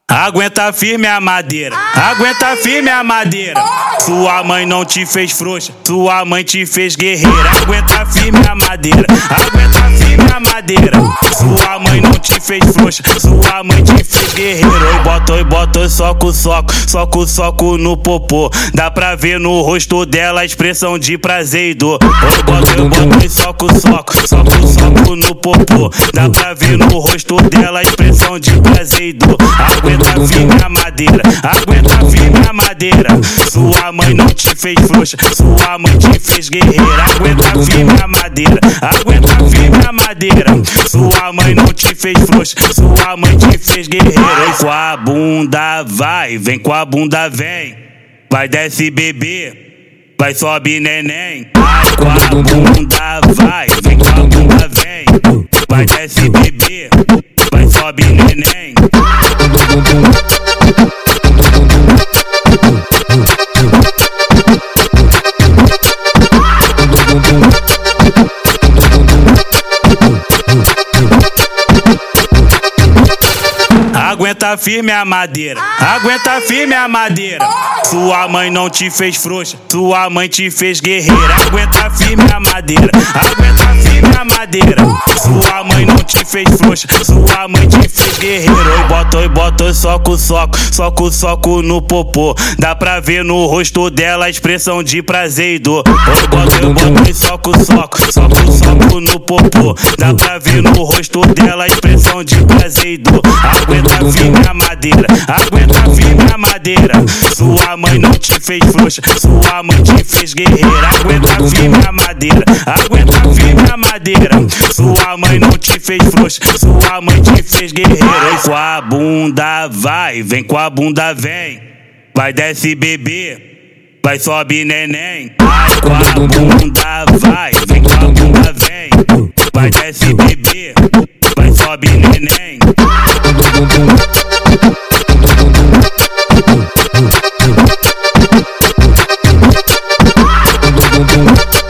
Aguenta firme a madeira, aguenta firme a madeira. Sua mãe não te fez frouxa, sua mãe te fez guerreira. Aguenta firme a madeira, aguenta firme a madeira. Sua mãe não te fez frouxa, sua mãe te fez guerreira. Oi, bota, soco, soco no popô. Dá pra ver no rosto dela a expressão de prazer e dor. Oi, bota, soco no popô. Dá pra ver no rosto dela a expressão de prazer e dor. Aguenta firme a madeira, aguenta firme a madeira. Sua mãe não te fez frouxa, sua mãe te fez guerreira. Aguenta firme a madeira, aguenta firme a madeira. Sua mãe não te fez frouxa, sua mãe te fez guerreira. E com a bunda vai, vem com a bunda vem. Vai desce bebê, vai sobe neném. Vai com a bunda vai, vem com a bunda vem. Vai desce bebê, vai sobe neném. Aguenta firme a madeira, aguenta firme a madeira. Sua mãe não te fez frouxa, sua mãe te fez guerreira. Aguenta firme a madeira, aguenta firme a madeira. Sua mãe não te fez frouxa, sua mãe te fez guerreira. Oi, bota, soco no popô. Dá pra ver no rosto dela a expressão de prazer e dor. Oi, bota, soco no popô. Dá pra ver no rosto dela a expressão de prazer e dor. Aguenta firme a madeira, aguenta firme a madeira. Sua mãe não te fez frouxa, sua mãe te fez guerreira. Aguenta firme a madeira, aguenta firme a madeira. Sua mãe não te fez frouxa, sua mãe te fez guerreira. E com a bunda vai, vem com a bunda vem. Vai desce bebê, vai sobe neném. Vai com a bunda vai, vem com a bunda vem. Vai desce bebê, vai sobe neném. Dum dum dum.